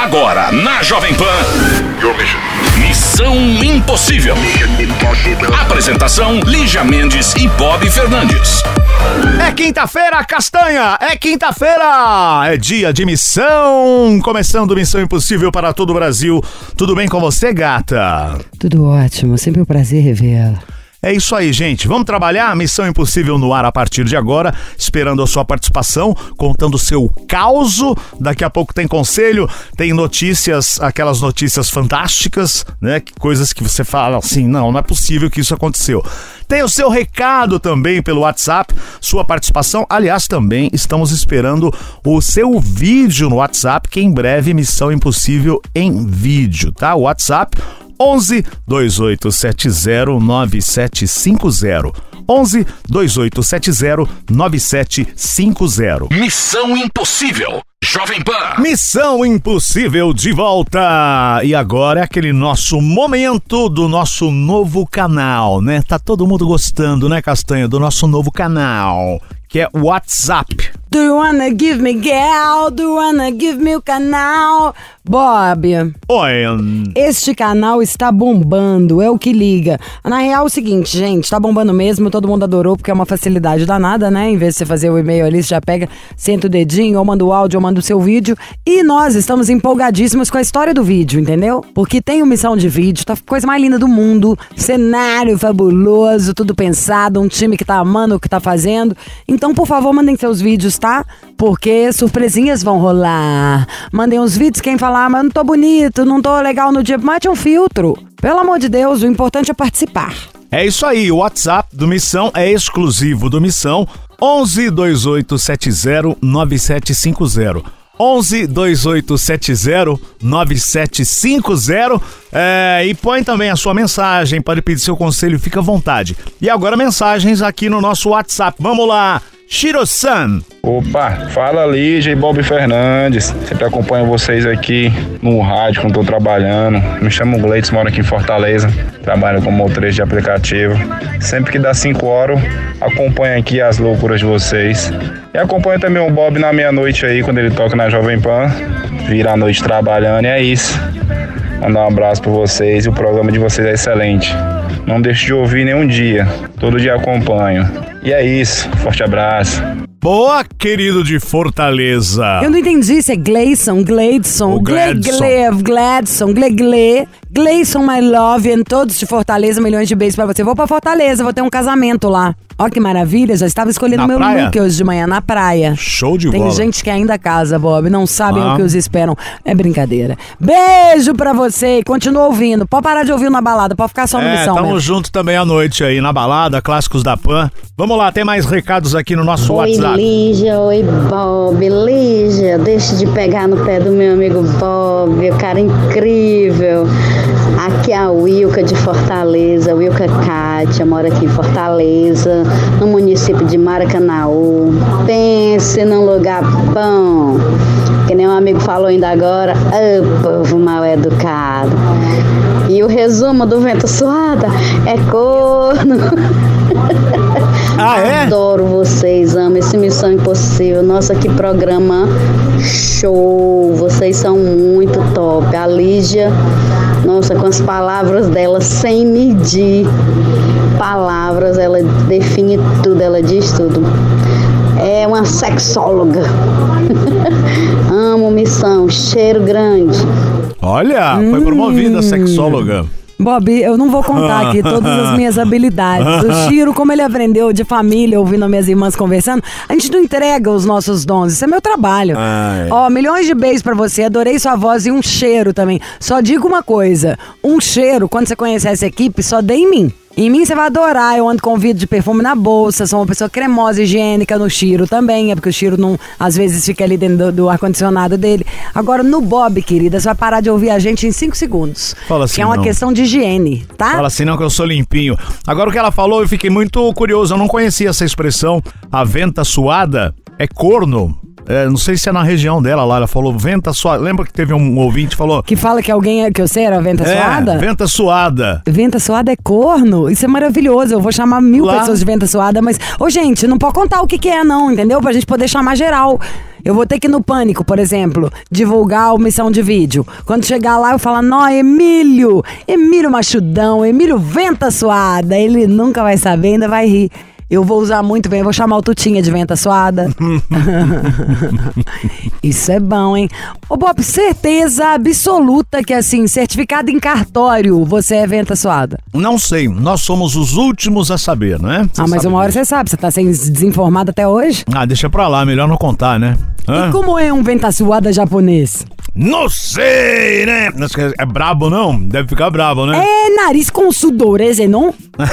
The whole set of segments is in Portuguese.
Agora, na Jovem Pan, Missão Impossível. Apresentação, Lígia Mendes e Bob Fernandes. É quinta-feira, Castanha! É quinta-feira! É dia de missão! Começando Missão Impossível para todo o Brasil. Tudo bem com você, gata? Tudo ótimo, sempre um prazer revê-la. É isso aí, gente. Vamos trabalhar? Missão Impossível no ar a partir de agora, esperando a sua participação, contando o seu causo. Daqui a pouco tem conselho, tem notícias, aquelas notícias fantásticas, né? Coisas que você fala assim, não é possível que isso aconteceu. Tem o seu recado também pelo WhatsApp, sua participação. Aliás, também estamos esperando o seu vídeo no WhatsApp, que em breve Missão Impossível em vídeo, tá? O WhatsApp 11 2870 9750. 11 2870 9750. Missão Impossível, Jovem Pan. Missão Impossível de volta. E agora é aquele nosso momento do nosso novo canal, né? Tá todo mundo gostando, né, Castanha? Do nosso novo canal, que é o WhatsApp. Do you wanna give me girl? Do you wanna give me o canal? Bob, Oi. este canal está bombando, é o que liga. Na real é o seguinte, gente, tá bombando mesmo, todo mundo adorou, porque é uma facilidade danada, né? Em vez de você fazer o e-mail ali, você já pega, senta o dedinho, ou manda o áudio, ou manda o seu vídeo. E nós estamos empolgadíssimos com a história do vídeo, entendeu? Porque tem missão de vídeo, tá a coisa mais linda do mundo, cenário fabuloso, tudo pensado, um time que tá amando o que tá fazendo. Então, por favor, mandem seus vídeos, tá? Porque surpresinhas vão rolar. Mandem os vídeos, quem falar, mas eu não tô bonito, não tô legal no dia, mate um filtro. Pelo amor de Deus, o importante é participar. É isso aí, o WhatsApp do Missão é exclusivo do Missão. 11 2870 9750. 11 2870 9750. E põe também a sua mensagem, pode pedir seu conselho, fica à vontade. E agora mensagens aqui no nosso WhatsApp. Vamos lá, Shiro-san. Opa, fala Lígia e Bob Fernandes. Sempre acompanho vocês aqui no rádio quando estou trabalhando. Me chamo Gleitson, moro aqui em Fortaleza. Trabalho como motorista de aplicativo. Sempre que dá 5 horas, acompanho aqui as loucuras de vocês. E acompanho também o Bob na meia-noite aí, quando ele toca na Jovem Pan. Vira a noite trabalhando e é isso. Mandar um abraço para vocês e o programa de vocês é excelente. Não deixo de ouvir nenhum dia. Todo dia acompanho. E é isso. Forte abraço. Boa, querido de Fortaleza. Eu não entendi se é Gleison, O Gladson, Gleison, my love, e todos de Fortaleza, milhões de beijos pra você. Vou pra Fortaleza, vou ter um casamento lá. Ó que maravilha, já estava escolhendo meu look hoje de manhã, na praia. Show de bola. Tem gente que ainda casa, Bob, não sabem o que os esperam. É brincadeira. Beijo pra você e continua ouvindo. Pode parar de ouvir na balada, pode ficar só no Missão. Tamo junto também à noite aí na balada, clássicos da Pan. Vamos lá, tem mais recados aqui no nosso WhatsApp. Oi, Lígia, oi, Bob. Lígia, deixa de pegar no pé do meu amigo Bob, o cara incrível. Aqui é a Wilka de Fortaleza, Wilka Kátia, mora aqui em Fortaleza, no município de Maracanaú. Pense num lugar bom, que nem um amigo falou ainda agora, povo mal educado. E o resumo do Vento Suada é corno. Adoro vocês, amo esse Missão Impossível. Nossa, que programa show. Vocês são muito top. A Lígia, nossa, com as palavras dela sem medir palavras, ela define tudo, ela diz tudo. É uma sexóloga. Amo Missão, cheiro grande. Olha, foi promovida a sexóloga. Bob, eu não vou contar aqui todas as minhas habilidades. O Chiro, como ele aprendeu de família, ouvindo minhas irmãs conversando, a gente não entrega os nossos dons, isso é meu trabalho. Ó, milhões de beijos pra você, adorei sua voz e um cheiro também. Só digo uma coisa, um cheiro, quando você conhecer essa equipe, só dê em mim. Em mim você vai adorar, eu ando com vidro de perfume na bolsa, sou uma pessoa cremosa, higiênica. No Chiro também, é porque o Chiro não, às vezes fica ali dentro do ar-condicionado dele. Agora no Bob, querida, você vai parar de ouvir a gente em 5 segundos. Fala assim, que é uma questão de higiene, tá? Fala assim não, que eu sou limpinho. Agora o que ela falou, eu fiquei muito curioso, eu não conhecia essa expressão. A venta suada é corno. não sei se é na região dela lá, ela falou venta suada. Lembra que teve um ouvinte que falou... Que fala que alguém, que eu sei, era venta suada? Venta suada. Venta suada é corno? Isso é maravilhoso, eu vou chamar 1000 pessoas de venta suada, mas... Ô, gente, não pode contar o que é não, entendeu? Pra gente poder chamar geral. Eu vou ter que ir no Pânico, por exemplo, divulgar a missão de vídeo. Quando chegar lá, eu falo, nó, Emílio Machudão, Emílio Venta Suada. Ele nunca vai saber, ainda vai rir. Eu vou usar muito bem, eu vou chamar o Tutinha de Venta Suada. Isso é bom, hein? Ô, Bob, certeza absoluta que, assim, certificado em cartório, você é Venta Suada? Não sei, nós somos os últimos a saber, não é? Mas uma hora você sabe, você tá sendo desinformado até hoje? Deixa pra lá, melhor não contar, né? E como é um Venta Suada japonês? Não sei, né? É brabo, não? Deve ficar brabo, né? É nariz com sudores, não?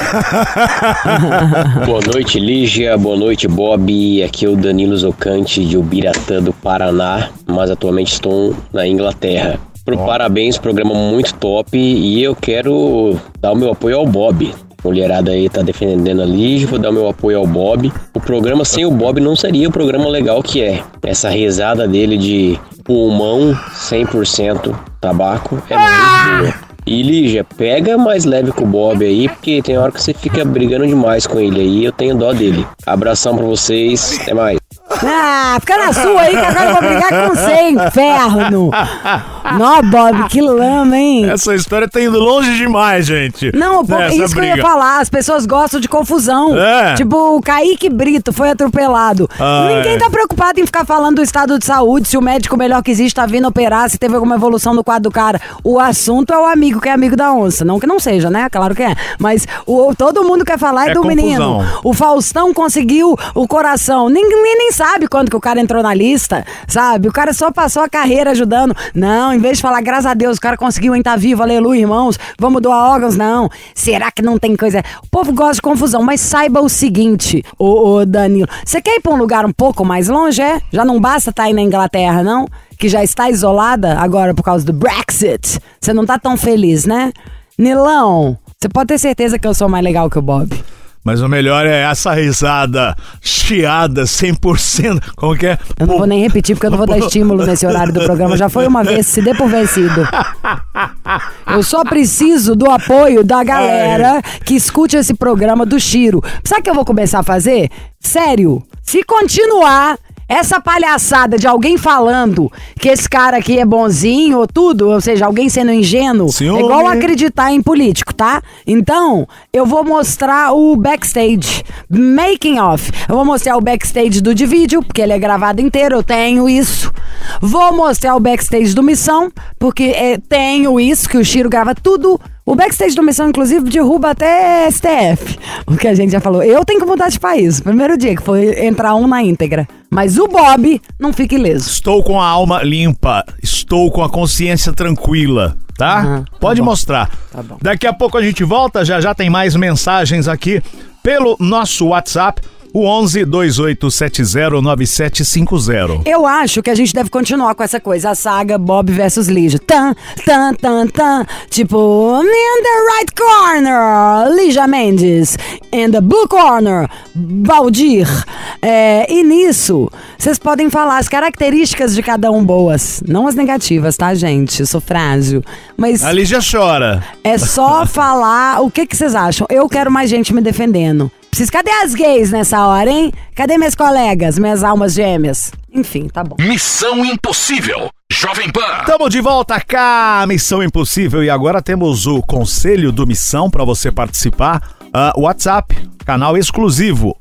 Boa noite, Lígia. Boa noite, Bob. Aqui é o Danilo Zocante de Ubiratã, do Paraná, mas atualmente estou na Inglaterra. Parabéns, programa muito top, e eu quero dar o meu apoio ao Bob. Mulherada aí tá defendendo a Lígia, vou dar o meu apoio ao Bob. O programa sem o Bob não seria o programa legal que é. Essa risada dele de pulmão 100% tabaco é muito boa. E Lígia, pega mais leve com o Bob aí, porque tem hora que você fica brigando demais com ele aí, eu tenho dó dele. Abração pra vocês, até mais. Fica na sua aí que agora eu vou brigar com você, inferno. Nó, Bob, que lama, hein? Essa história tá indo longe demais, gente. Não, isso que eu ia falar, as pessoas gostam de confusão. Tipo, o Kaique Brito foi atropelado. Ninguém tá preocupado em ficar falando do estado de saúde, se o médico melhor que existe tá vindo operar, se teve alguma evolução no quadro do cara. O assunto é o amigo que é amigo da onça. Não que não seja, né? Claro que é. Mas todo mundo quer falar do confusão. Menino. O Faustão conseguiu o coração. Ninguém nem sabe quando que o cara entrou na lista, sabe? O cara só passou a carreira ajudando. Não, em vez de falar, graças a Deus, o cara conseguiu, hein? Tá vivo, aleluia, irmãos. Vamos doar órgãos? Não. Será que não tem coisa? O povo gosta de confusão, mas saiba o seguinte, ô Danilo. Você quer ir pra um lugar um pouco mais longe, é? Já não basta estar aí na Inglaterra, não? Que já está isolada agora por causa do Brexit. Você não tá tão feliz, né? Nilão, você pode ter certeza que eu sou mais legal que o Bob. Mas o melhor é essa risada chiada, 100%. Como que é? Eu não vou nem repetir, porque eu não vou dar estímulo nesse horário do programa. Já foi uma vez, se dê por vencido. Eu só preciso do apoio da galera que escute esse programa do Chiro. Sabe o que eu vou começar a fazer? Sério, se continuar essa palhaçada de alguém falando que esse cara aqui é bonzinho ou tudo, ou seja, alguém sendo ingênuo, é igual acreditar em político, tá? Então, eu vou mostrar o backstage, making of. Eu vou mostrar o backstage do de vídeo, porque ele é gravado inteiro, eu tenho isso. Vou mostrar o backstage do Missão, porque tenho isso, que o Chiro grava tudo. O backstage do Missão, inclusive, derruba até STF. O que a gente já falou. Eu tenho que mudar de país. Primeiro dia que foi entrar na íntegra. Mas o Bob não fica ileso. Estou com a alma limpa. Estou com a consciência tranquila. Tá? Pode mostrar. Tá bom. Daqui a pouco a gente volta. Já tem mais mensagens aqui pelo nosso WhatsApp. O 11-2870-9750. Eu acho que a gente deve continuar com essa coisa. A saga Bob versus Lígia. Tipo, in the right corner, Lígia Mendes. In the blue corner, Valdir. E nisso, vocês podem falar as características de cada um boas. Não as negativas, tá, gente? Eu sou frágil. Mas a Lígia chora. É só falar o que vocês acham. Eu quero mais gente me defendendo. Cadê as gays nessa hora, hein? Cadê meus colegas, minhas almas gêmeas? Enfim, tá bom. Missão Impossível, Jovem Pan. Tamo de volta cá, Missão Impossível. E agora temos o Conselho do Missão para você participar. WhatsApp, canal exclusivo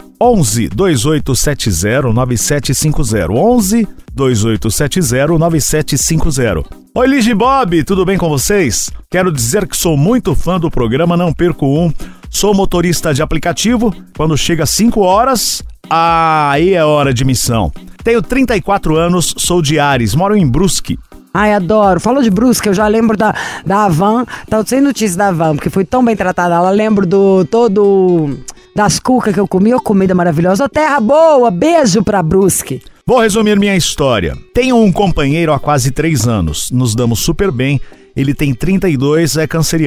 11-2870-9750. 11-2870-9750. Oi, Lígia e Bob, tudo bem com vocês? Quero dizer que sou muito fã do programa, não perco um. Sou motorista de aplicativo. Quando chega às 5 horas, aí é hora de missão. Tenho 34 anos, sou de Ares, moro em Brusque. Ai, adoro. Falou de Brusque, eu já lembro da Havan. Tá sem notícia da Havan, porque foi tão bem tratada. Ela lembro das cucas que eu comi. Comida maravilhosa. Terra boa, beijo pra Brusque. Vou resumir minha história. Tenho um companheiro há quase 3 anos. Nos damos super bem. Ele tem 32, é canceriano.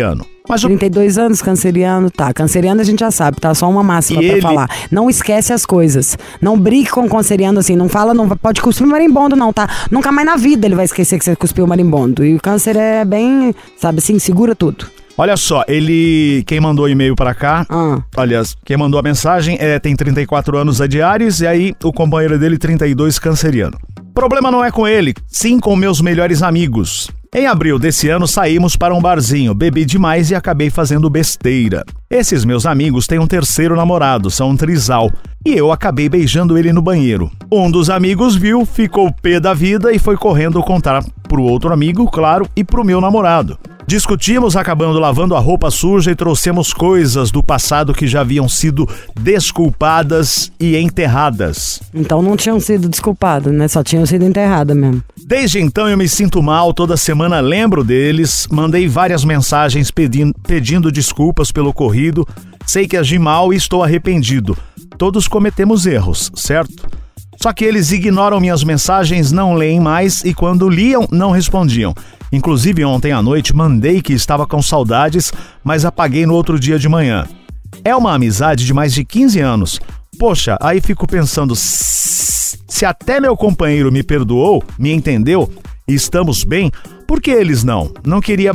Mas 32 anos, canceriano, tá. Canceriano a gente já sabe, tá? Só uma máxima pra falar. Não esquece as coisas. Não brigue com o canceriano assim, não fala, não pode cuspir marimbondo não, tá? Nunca mais na vida ele vai esquecer que você cuspiu marimbondo. E o câncer é bem, sabe assim, segura tudo. Olha só, quem mandou e-mail pra cá, aliás, quem mandou a mensagem tem 34 anos, é de Áries, e aí o companheiro dele, 32, canceriano. Problema não é com ele, sim com meus melhores amigos. Em abril desse ano saímos para um barzinho, bebi demais e acabei fazendo besteira. Esses meus amigos têm um terceiro namorado, são um trisal, e eu acabei beijando ele no banheiro. Um dos amigos viu, ficou pé da vida e foi correndo contar pro outro amigo, claro, e pro meu namorado. Discutimos, acabando lavando a roupa suja e trouxemos coisas do passado que já haviam sido desculpadas e enterradas. Então não tinham sido desculpadas, né? Só tinham sido enterradas mesmo. Desde então eu me sinto mal, toda semana lembro deles, mandei várias mensagens pedindo desculpas pelo ocorrido, sei que agi mal e estou arrependido. Todos cometemos erros, certo? Só que eles ignoram minhas mensagens, não leem mais e quando liam, não respondiam. Inclusive ontem à noite mandei que estava com saudades, mas apaguei no outro dia de manhã. É uma amizade de mais de 15 anos. Poxa, aí fico pensando, se até meu companheiro me perdoou, me entendeu e estamos bem, por que eles não? Não queria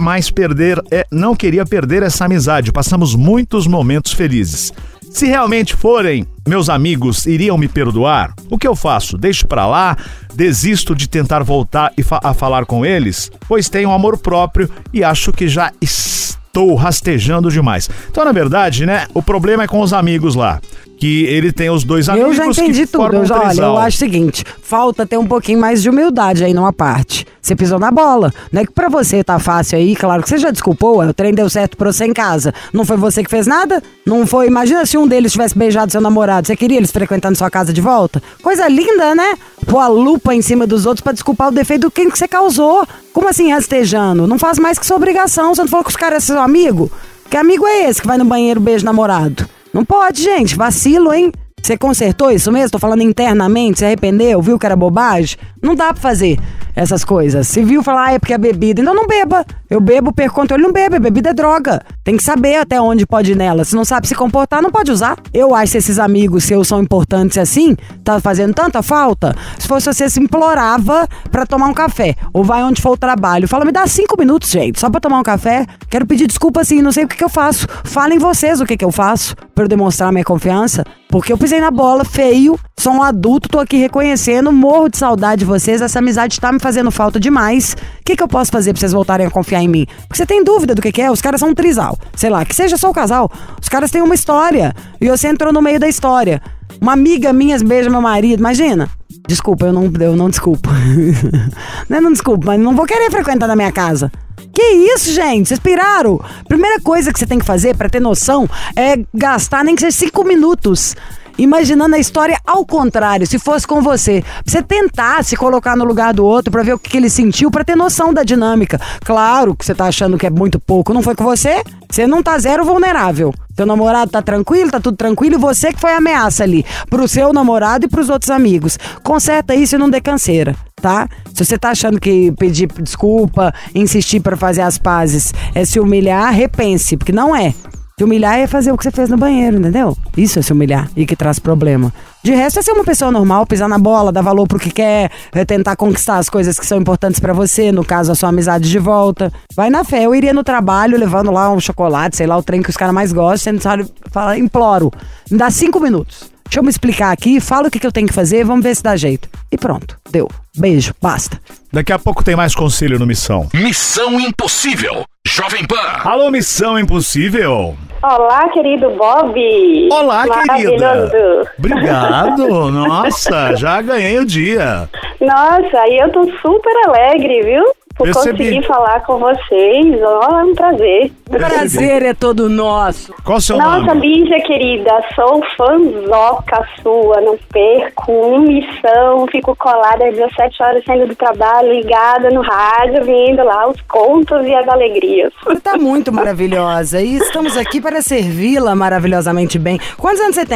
perder essa amizade, passamos muitos momentos felizes. Se realmente forem meus amigos, iriam me perdoar? O que eu faço? Deixo pra lá? Desisto de tentar voltar a falar com eles? Pois tenho amor próprio e acho que já estou rastejando demais. Então, na verdade, né, o problema é com os amigos lá. Que ele tem os dois amigos. Eu já entendi tudo. Olha, eu acho o seguinte: falta ter um pouquinho mais de humildade aí numa parte. Você pisou na bola. Não é que pra você tá fácil aí, claro que você já desculpou, o trem deu certo pra você em casa. Não foi você que fez nada? Não foi? Imagina se um deles tivesse beijado seu namorado. Você queria eles frequentando sua casa de volta? Coisa linda, né? Pôr a lupa em cima dos outros pra desculpar o defeito do quem que você causou. Como assim rastejando? Não faz mais que sua obrigação. Você não falou que os caras são seu amigo? Que amigo é esse que vai no banheiro beijo namorado? Não pode, gente. Vacilo, hein? Você consertou isso mesmo? Tô falando internamente, se arrependeu, viu que era bobagem? Não dá pra fazer essas coisas. Se viu falar, é porque é bebida. Então não beba. Eu bebo, perco controle, não bebe. Bebida é droga. Tem que saber até onde pode ir nela. Se não sabe se comportar, não pode usar. Eu acho que esses amigos seus são importantes assim, tá fazendo tanta falta. Se fosse você, se implorava pra tomar um café. Ou vai onde for o trabalho. Fala, me dá 5 minutos, gente, só pra tomar um café. Quero pedir desculpa assim, não sei o que eu faço. Falem vocês o que eu faço pra eu demonstrar minha confiança. Porque eu pisei na bola, feio, sou um adulto, tô aqui reconhecendo, morro de saudade de vocês, essa amizade tá me fazendo falta demais. O que eu posso fazer pra vocês voltarem a confiar em mim? Porque você tem dúvida do que é? Os caras são um trisal, sei lá, que seja só o casal. Os caras têm uma história e você entrou no meio da história. Uma amiga minha beija meu marido, imagina. Desculpa, eu não desculpo. não desculpo, mas não vou querer frequentar na minha casa. Que isso, gente? Vocês piraram? Primeira coisa que você tem que fazer pra ter noção é gastar nem que seja 5 minutos imaginando a história ao contrário, se fosse com você. Pra você tentar se colocar no lugar do outro pra ver o que ele sentiu, pra ter noção da dinâmica. Claro que você tá achando que é muito pouco, não foi com você? Você não tá zero vulnerável. Seu namorado tá tranquilo, tá tudo tranquilo, e você que foi a ameaça ali pro seu namorado e pros outros amigos. Conserta isso e não dê canseira, tá? Se você tá achando que pedir desculpa, insistir pra fazer as pazes é se humilhar, repense, porque não é. Se humilhar é fazer o que você fez no banheiro, entendeu? Isso é se humilhar e que traz problema. De resto é ser uma pessoa normal, pisar na bola, dar valor pro que quer, tentar conquistar as coisas que são importantes pra você, no caso a sua amizade de volta. Vai na fé, eu iria no trabalho levando lá um chocolate, sei lá, o trem que os caras mais gostam, você não sabe, fala, imploro, me dá 5 minutos. Deixa eu me explicar aqui, fala o que eu tenho que fazer, vamos ver se dá jeito. E pronto, deu. Beijo, basta. Daqui a pouco tem mais conselho no Missão. Missão Impossível, Jovem Pan. Alô, Missão Impossível. Olá, querido Bob. Olá, querida. Obrigado. Nossa, já ganhei o dia. Nossa, e eu tô super alegre, viu? Por conseguir falar com vocês. Ó, é um prazer. O prazer é todo nosso. Qual o seu nome? Nossa, Lígia, querida, sou fãzoca sua. Não perco uma missão. Fico colada às 17 horas saindo do trabalho, ligada no rádio, vindo lá os contos e as alegrias. Você tá muito maravilhosa e estamos aqui para servi-la maravilhosamente bem. Quantos anos você tem?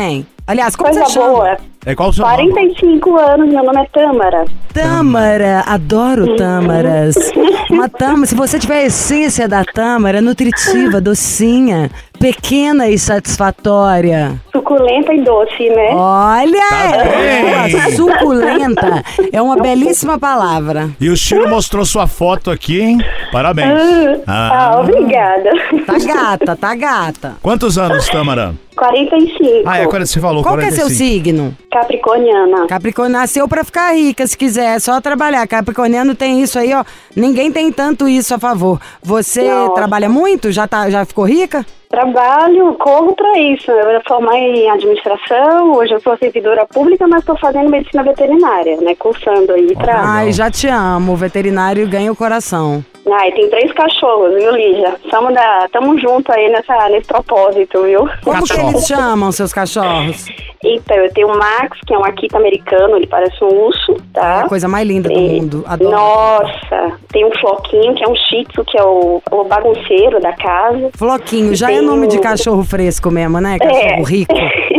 Aliás, como Coisa você chama? boa. É qual o seu nome? 45 anos, meu nome é Tâmara. Tâmara, adoro tâmaras. Uma tâmara, se você tiver a essência da tâmara, nutritiva, docinha, pequena e satisfatória. Suculenta e doce, né? Olha, bem. suculenta. É uma belíssima palavra. E o Chiro mostrou sua foto aqui, hein? Parabéns. Obrigada. Tá gata. Quantos anos, Tâmara? 45. Ah, é quando você falou, Qual que é 45. seu signo? Capricorniana. Capricorniano nasceu pra ficar rica, se quiser, é só trabalhar. Capricorniano tem isso aí, ó. Ninguém tem tanto isso a favor. Você Nossa. trabalha muito? Já ficou rica? Trabalho, corro pra isso. Eu formei em administração, hoje eu sou servidora pública, mas estou fazendo medicina veterinária, né? Cursando aí pra... Ai, já te amo. O veterinário ganha o coração. Ai, tem 3 cachorros, viu, Lígia? Tamo junto aí nesse propósito, viu? Como que eles chamam, seus cachorros? Então, eu tenho o Max, que é um Akita americano, ele parece um urso, tá? A coisa mais linda do mundo. Adoro. Nossa, tem um Floquinho, que é um Shih Tzu, que é o bagunceiro da casa. Floquinho, já Tem é nome de o- cachorro fresco mesmo, né? Cachorro rico.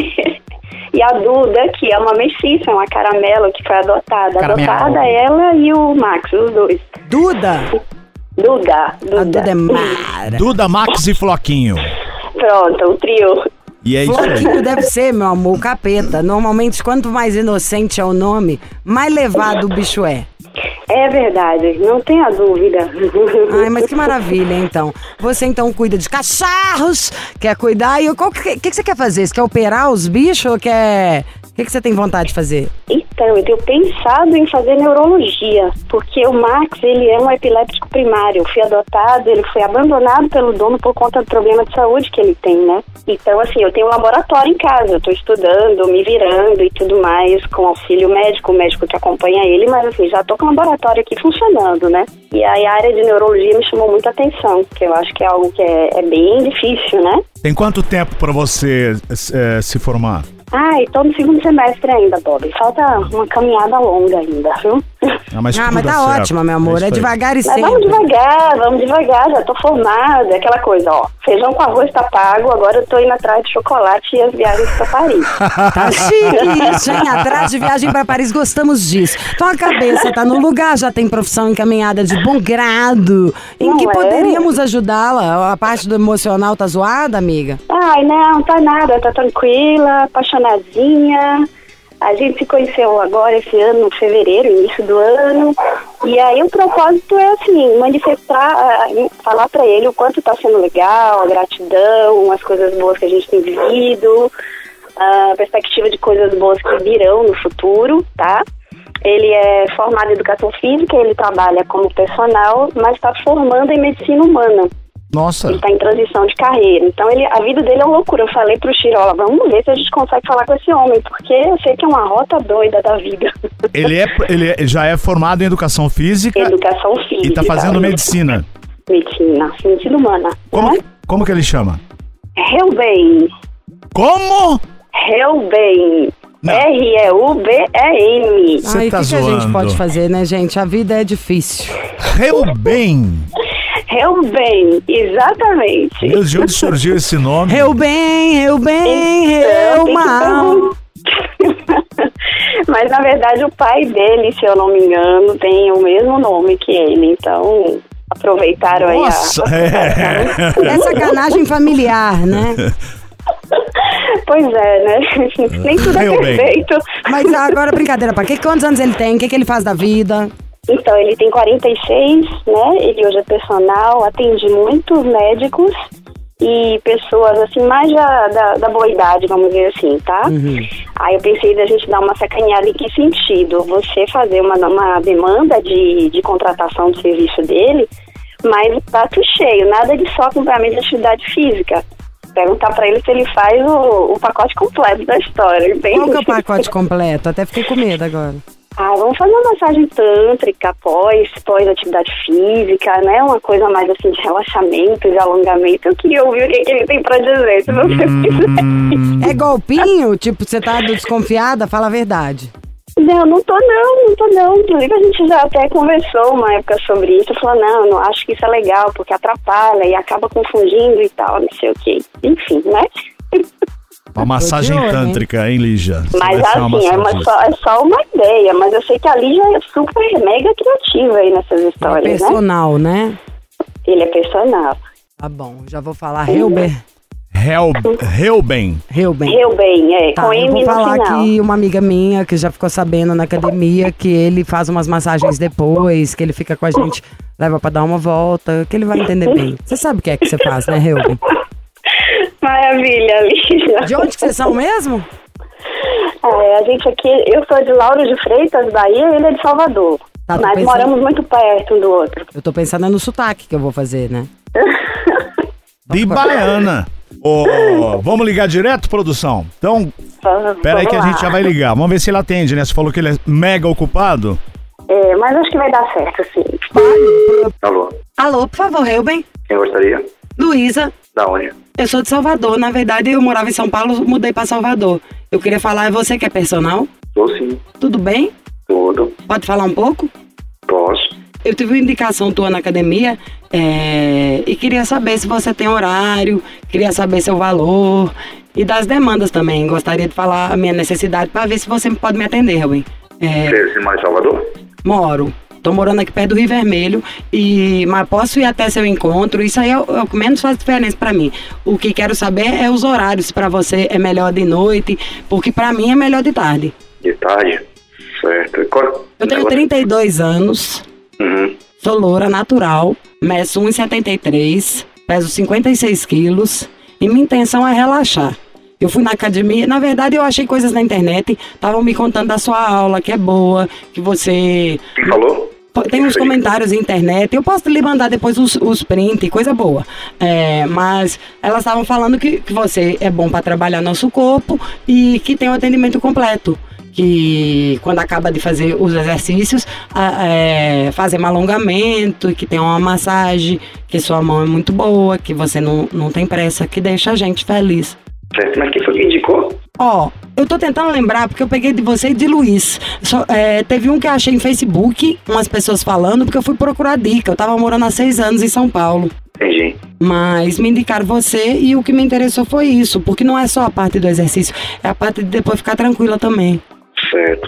E a Duda, que é uma mestiça, é uma caramelo que foi adotada. Caramelo. Adotada ela e o Max, os dois. Duda. Duda. A Duda é mara. Duda, Max e Floquinho. Pronto, o trio. E é isso aí. Floquinho deve ser, meu amor, o capeta. Normalmente, quanto mais inocente é o nome, mais levado o bicho é. É verdade, não tenha dúvida. Ai, mas que maravilha, então. Você, então, cuida de cachorros, quer cuidar. E o que você quer fazer? Você quer operar os bichos ou quer... O que você tem vontade de fazer? Então, eu tenho pensado em fazer neurologia, porque o Max, ele é um epiléptico primário. Eu fui adotado, ele foi abandonado pelo dono por conta do problema de saúde que ele tem, né? Então, assim, eu tenho um laboratório em casa, eu tô estudando, me virando e tudo mais, com auxílio médico, o médico que acompanha ele, mas assim, já tô com o laboratório aqui funcionando, né? E aí a área de neurologia me chamou muita atenção, porque eu acho que é algo que é bem difícil, né? Tem quanto tempo pra você se formar? Ai, tô no 2º semestre ainda, Bob. Falta uma caminhada longa ainda, viu? Mas Ah, tudo mas dá tá certo. ótima, meu amor. isso É aí. devagar e Mas sempre. vamos devagar, já tô formada. Aquela coisa, ó, feijão com arroz tá pago, agora eu tô indo atrás de chocolate e as viagens pra Paris. Tá chique isso, hein? Atrás de viagem pra Paris, gostamos disso. Então a cabeça tá no lugar, já tem profissão encaminhada de bom grado. Em Não que é? poderíamos ajudá-la? A parte do emocional tá zoada, amiga? Ai, não, tá nada, tá tranquila, apaixonadinha. A gente se conheceu agora esse ano, em fevereiro, início do ano. E aí o propósito é, assim, manifestar, falar pra ele o quanto tá sendo legal, a gratidão, as coisas boas que a gente tem vivido, a perspectiva de coisas boas que virão no futuro, tá? Ele é formado em educação física, ele trabalha como personal, mas está formando em medicina humana. Nossa. Ele está em transição de carreira. Então, a vida dele é uma loucura. Eu falei pro Chiro, ó, vamos ver se a gente consegue falar com esse homem, porque eu sei que é uma rota doida da vida. Ele já é formado em educação física Educação física. e tá fazendo medicina. Medicina humana. Né? Como que ele chama? Reubem. Como? Reubem. Não. R-E-U-B-E-M. Você Ai, o tá que a gente zoando. pode fazer, né, gente? A vida é difícil. Reubem. Reubem, exatamente. Meu Deus, de onde surgiu esse nome? Eu bem, Então, tem que mal. perguntar. Mas, na verdade, o pai dele, se eu não me engano, tem o mesmo nome que ele. Então, aproveitaram Nossa, aí a... É sacanagem familiar, né? Pois é, né? Nem tudo é Reubem. perfeito. Mas agora, brincadeira, quantos anos ele tem? O que ele faz da vida? Então, ele tem 46, né? Ele hoje é personal, atende muitos médicos e pessoas, assim, mais da boa idade, vamos dizer assim, tá? Aí eu pensei da gente dar uma sacaneada em que sentido? Você fazer uma demanda de contratação do serviço dele, mas o prato cheio, nada de só acompanhamento de atividade física. Perguntar pra ele se ele faz o pacote completo da história. Bem... Qual que é o pacote completo? Até fiquei com medo agora. Ah, vamos fazer uma massagem tântrica pós atividade física, né? Uma coisa mais assim de relaxamento, de alongamento. Eu queria ouvir o que ele tem pra dizer, se você quiser. É golpinho? Tipo, você tá desconfiada? Fala a verdade. Não tô não. Inclusive a gente já até conversou uma época sobre isso. Falou, não acho que isso é legal, porque atrapalha e acaba confundindo e tal, não sei o quê. Enfim, né? Uma massagem tântrica, hein, Lígia? Mas assim, é só uma ideia, mas eu sei que a Lígia é super mega criativa aí nessas histórias, né? Personal, né? Ele é personal. Tá bom, já vou falar Helber. Helben, tá, com M no final. Eu vou falar que uma amiga minha que já ficou sabendo na academia que ele faz umas massagens depois, que ele fica com a gente, leva pra dar uma volta, que ele vai entender bem. Você sabe o que é que você faz, né, Helben? Maravilha, Lígia. De onde que vocês são mesmo? A gente aqui, eu sou de Lauro de Freitas, Bahia, e ele é de Salvador. Tá, mas moramos muito perto um do outro. Eu tô pensando no sotaque que eu vou fazer, né? De baiana. Vamos ligar direto, produção? Então, pera aí que a gente já vai ligar. Vamos ver se ele atende, né? Você falou que ele é mega ocupado. Mas acho que vai dar certo, sim. Alô, por favor, Helben. Quem gostaria? Luísa. Da onde? Eu sou de Salvador. Na verdade, eu morava em São Paulo, mudei pra Salvador. Eu queria falar, é você que é personal? Sou sim. Tudo bem? Tudo. Pode falar um pouco? Posso. Eu tive uma indicação tua na academia e queria saber se você tem horário, queria saber seu valor e das demandas também. Gostaria de falar a minha necessidade para ver se você pode me atender, Helben. Você mora em Salvador? Moro. Tô morando aqui perto do Rio Vermelho, mas posso ir até seu encontro. Isso aí é o que menos faz diferença pra mim. O que quero saber é os horários. Pra você é melhor de noite, porque pra mim é melhor de tarde. De tarde? Certo. Eu tenho 32 anos, sou loura, natural, meço 1,73, peso 56 quilos e minha intenção é relaxar. Eu fui na academia, na verdade eu achei coisas na internet, estavam me contando da sua aula, que é boa, que você... Quem falou? Tem uns comentários na internet, eu posso lhe mandar depois os prints, coisa boa. Mas elas estavam falando que você é bom para trabalhar nosso corpo e que tem um atendimento completo. Que quando acaba de fazer os exercícios, fazer um alongamento, que tem uma massagem, que sua mão é muito boa, que você não tem pressa, que deixa a gente feliz. Certo, mas quem foi que indicou? Eu tô tentando lembrar, porque eu peguei de você e de Luiz. Teve um que eu achei em Facebook, umas pessoas falando, porque eu fui procurar dica. Eu tava morando há 6 anos em São Paulo. Entendi. Mas me indicaram você e o que me interessou foi isso, porque não é só a parte do exercício, é a parte de depois ficar tranquila também. Certo.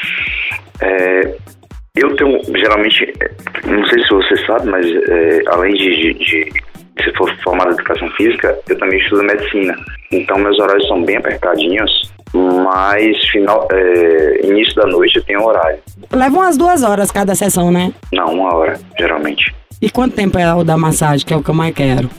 Eu tenho, geralmente, não sei se você sabe, mas além de se for formado em educação física, eu também estudo medicina. Então meus horários são bem apertadinhos, mas início da noite eu tenho horário. Leva umas 2 horas cada sessão, né? Não, 1 hora, geralmente. E quanto tempo é o da massagem, que é o que eu mais quero?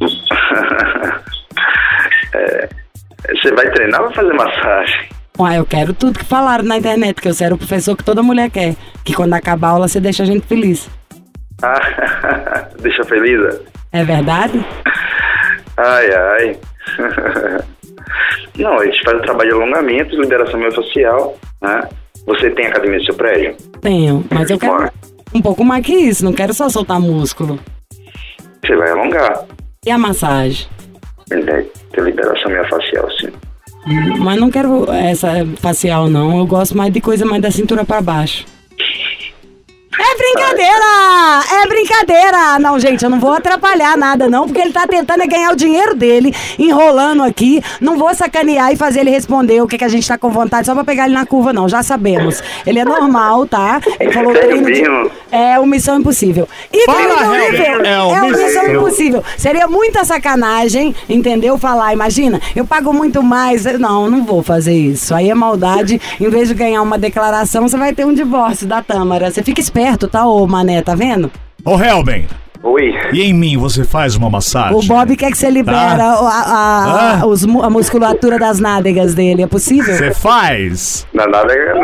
Você vai treinar ou vai fazer massagem? Eu quero tudo que falaram na internet, que eu era o professor que toda mulher quer. Que quando acabar a aula você deixa a gente feliz. Deixa feliz? É verdade? Ai. Não, a gente faz o trabalho de alongamento, liberação miofascial, né? Você tem academia no seu prédio? Tenho, mas eu quero um pouco mais que isso, não quero só soltar músculo. Você vai alongar. E a massagem? Tem liberação miofascial, sim. Mas não quero essa facial, não. Eu gosto mais de coisa mais da cintura pra baixo. É brincadeira! É brincadeira! Não, gente, eu não vou atrapalhar nada, não, porque ele tá tentando ganhar o dinheiro dele, enrolando aqui. Não vou sacanear e fazer ele responder o que a gente tá com vontade, só pra pegar ele na curva, não. Já sabemos. Ele é normal, tá? Ele falou treino é o Missão Impossível. E é o Missão Impossível. Seria muita sacanagem, entendeu? Falar, imagina, eu pago muito mais. Não vou fazer isso. Aí é maldade. Em vez de ganhar uma declaração, você vai ter um divórcio da Tâmara. Você fica esperto, tá, ô Mané, tá vendo? Ô, Helben. Oi. E em mim você faz uma massagem? O Bob quer que você libera a musculatura das nádegas dele, é possível? Você faz? Na nádega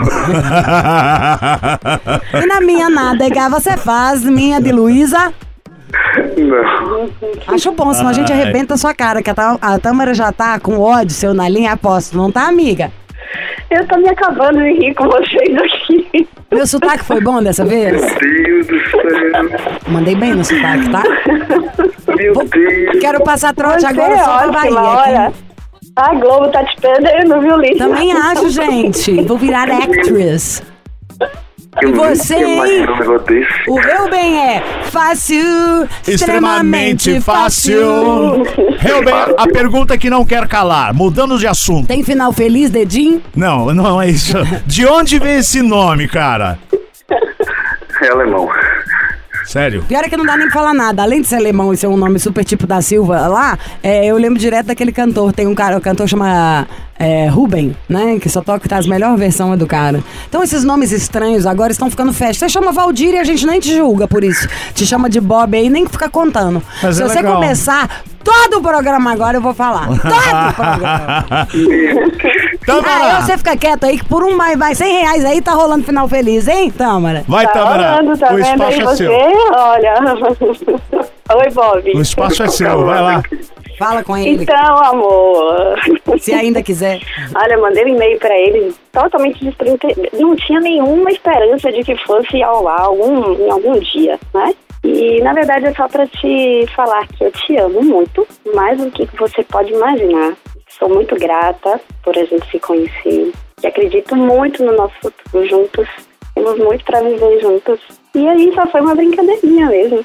não. E na minha nádega você faz, minha de Luísa? Não. Acho bom, senão a gente arrebenta a sua cara, que a Tâmara já tá com ódio seu na linha, aposto, não tá, amiga? Eu tô me acabando de rir com vocês aqui. Meu sotaque foi bom dessa vez? Meu Deus do céu. Mandei bem no sotaque, tá? Meu Deus. Quero passar trote agora só pra Bahia. Olha, a Globo tá te perdendo, viu, Lígia? Também acho, gente. Vou virar actress. E você, hein? O Reuben é fácil, extremamente fácil. Reuben, a pergunta que não quer calar, mudando de assunto. Tem final feliz, dedinho? Não é isso. De onde vem esse nome, cara? É alemão. Sério? Pior é que não dá nem pra falar nada. Além de ser alemão e ser um nome super tipo da Silva lá, eu lembro direto daquele cantor. Tem um cara, o cantor chama Ruben, né? Que só toca as melhores versões do cara. Então esses nomes estranhos agora estão ficando festa. Você chama Valdir e a gente nem te julga por isso. Te chama de Bob aí, nem fica contando. Mas se você começar todo o programa agora, eu vou falar. Todo o programa. Então, você fica quieto aí, que por mais R$100 aí tá rolando final feliz, hein, Tâmara? Vai, Tá Tâmara. rolando, tá O vendo espaço aí é você? seu. Olha. Oi, Bob. O espaço é seu, vai lá. Fala com ele, Então, amor. se ainda quiser. Olha, eu mandei um e-mail pra ele totalmente despretensioso. Não tinha nenhuma esperança de que fosse ao ar em algum dia, né? E, na verdade, é só pra te falar que eu te amo muito, mais do que você pode imaginar. Sou muito grata por a gente se conhecer. E acredito muito no nosso futuro juntos. Temos muito pra viver juntos. E aí só foi uma brincadeirinha mesmo.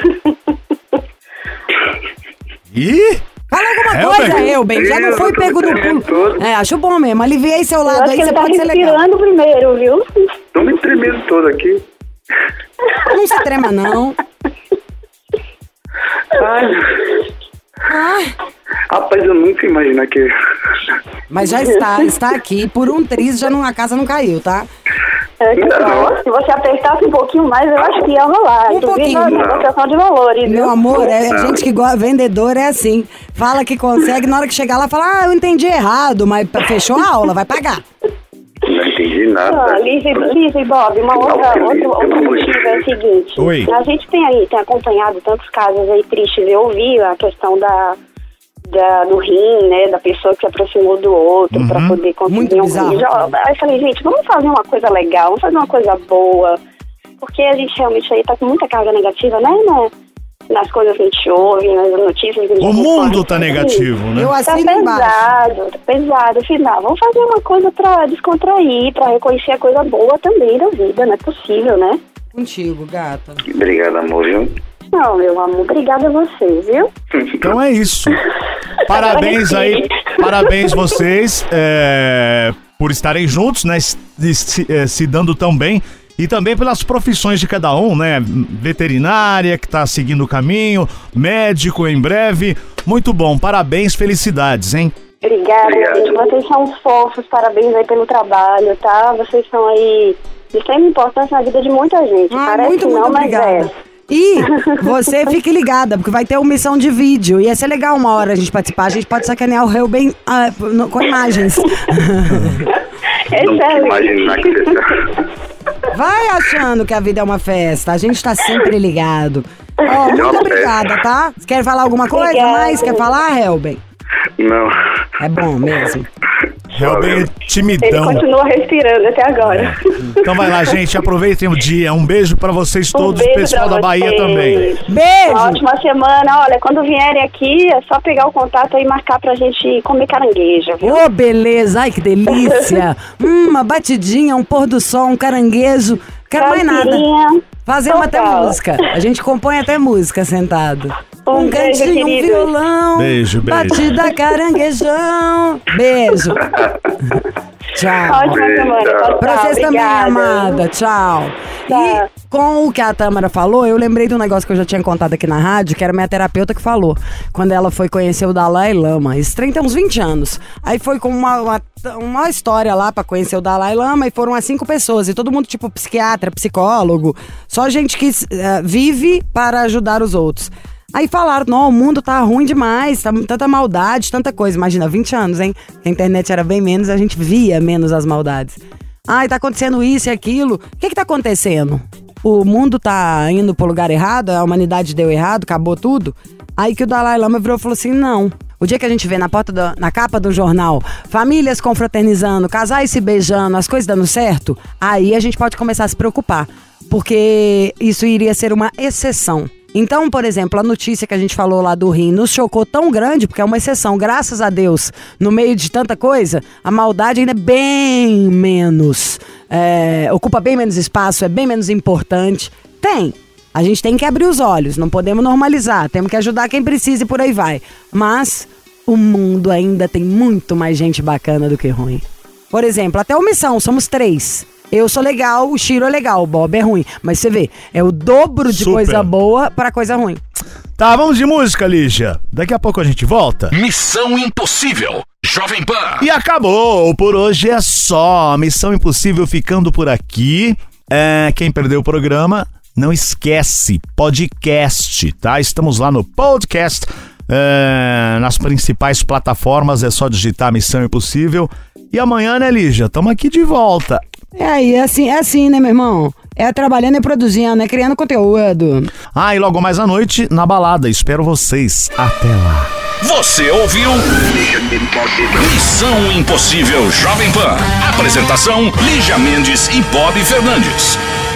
Ih! Fala alguma coisa, Reuben. Já não foi pego no pulo. Acho bom mesmo. Aliviei seu Eu lado acho aí, que você ele tá pode ser legal. respirando primeiro, viu? Tô me tremendo todo aqui. Não se trema, não. Ai. Rapaz, eu nunca imaginei que... Mas já está aqui. Por um triz, a casa não caiu, tá? Não. Se você apertasse um pouquinho mais, eu acho que ia rolar. Inclusive na negociação de valores, viu? Meu amor, a gente que gosta, vendedor é assim. Fala que consegue, na hora que chegar lá, fala, eu entendi errado, mas fechou a aula, vai pagar. Não entendi nada. Lisa e Bob, outro motivo é o seguinte. Oi. A gente tem acompanhado tantos casos aí tristes. Eu ouvi a questão do rim, né, da pessoa que se aproximou do outro pra poder conseguir um rim. Aí eu falei, gente, vamos fazer uma coisa legal, vamos fazer uma coisa boa, porque a gente realmente aí tá com muita carga negativa, né, nas coisas que a gente ouve, nas notícias que a gente O mundo tá negativo, né? Eu Tá assino embaixo. pesado. Afinal, vamos fazer uma coisa pra descontrair, pra reconhecer a coisa boa também da vida, não é possível, né? Contigo, gata. Obrigado, amor, viu? Não, meu amor, obrigada a você, viu? Então é isso. Parabéns aí, parabéns vocês por estarem juntos, né? Se dando tão bem. E também pelas profissões de cada um, né? Veterinária, que tá seguindo o caminho, médico em breve. Muito bom, parabéns, felicidades, hein? Obrigada, gente. Vocês são fofos, parabéns aí pelo trabalho, tá? Vocês são aí de extrema importância na vida de muita gente. Parece muito, que não, muito mas obrigada. E você fique ligada, porque vai ter uma missão de vídeo. Ia ser legal uma hora a gente participar. A gente pode sacanear o Reuben com imagens. Não imaginar que você tá... Vai achando que a vida é uma festa. A gente tá sempre ligado. Muito obrigada, tá? Você quer falar alguma coisa mais? Quer falar, Reuben? Não. É bom mesmo. Reuben é timidão. Ele continua respirando até agora. Então vai lá, gente, aproveitem o dia. Um beijo pra vocês todos, beijo pessoal pra da Bahia vocês. também. Beijo! Uma ótima semana. Olha, quando vierem aqui, é só pegar o contato aí e marcar pra gente comer caranguejo, viu? Ô, beleza! Ai, que delícia! Uma batidinha, um pôr do sol, um caranguejo. Quero mais nada. Fazemos até música. A gente compõe até música sentado. Um beijo, cantinho, um querido. violão. Beijo, beijo. Batida caranguejão. Beijo. Tchau. Ótima semana. Pra vocês também, amada. Tchau. Tá. E com o que a Tâmara falou, eu lembrei de um negócio que eu já tinha contado aqui na rádio, que era minha terapeuta que falou. Quando ela foi conhecer o Dalai Lama. Esse trem tem uns 20 anos. Aí foi com uma história lá pra conhecer o Dalai Lama e foram as 5 pessoas. E todo mundo, tipo, psiquiatra, psicólogo. Só gente que vive para ajudar os outros. Aí falaram, não, o mundo tá ruim demais, tá tanta maldade, tanta coisa. Imagina, 20 anos, hein? A internet era bem menos, a gente via menos as maldades. Ai, tá acontecendo isso e aquilo. O que tá acontecendo? O mundo tá indo pro lugar errado? A humanidade deu errado? Acabou tudo? Aí que o Dalai Lama virou e falou assim, não. O dia que a gente vê na capa do jornal, famílias confraternizando, casais se beijando, as coisas dando certo, aí a gente pode começar a se preocupar. Porque isso iria ser uma exceção. Então, por exemplo, a notícia que a gente falou lá do rim nos chocou tão grande, porque é uma exceção, graças a Deus, no meio de tanta coisa, a maldade ainda é bem menos, ocupa bem menos espaço, é bem menos importante. A gente tem que abrir os olhos, não podemos normalizar, temos que ajudar quem precisa e por aí vai. Mas o mundo ainda tem muito mais gente bacana do que ruim. Por exemplo, até omissão, somos 3. Eu sou legal, o Chiro é legal, o Bob é ruim. Mas você vê, é o dobro de coisa boa pra coisa ruim. Tá, vamos de música, Lígia. Daqui a pouco a gente volta. Missão Impossível, Jovem Pan. E acabou, por hoje é só. Missão Impossível ficando por aqui. Quem perdeu o programa, não esquece, podcast, tá? Estamos lá no podcast, nas principais plataformas, é só digitar Missão Impossível. E amanhã, né, Lígia? Estamos aqui de volta. É assim, né, meu irmão? É trabalhando e produzindo, né? Criando conteúdo. E logo mais à noite, na balada. Espero vocês. Até lá. Você ouviu Missão Impossível Jovem Pan. Apresentação, Lígia Mendes e Bob Fernandes.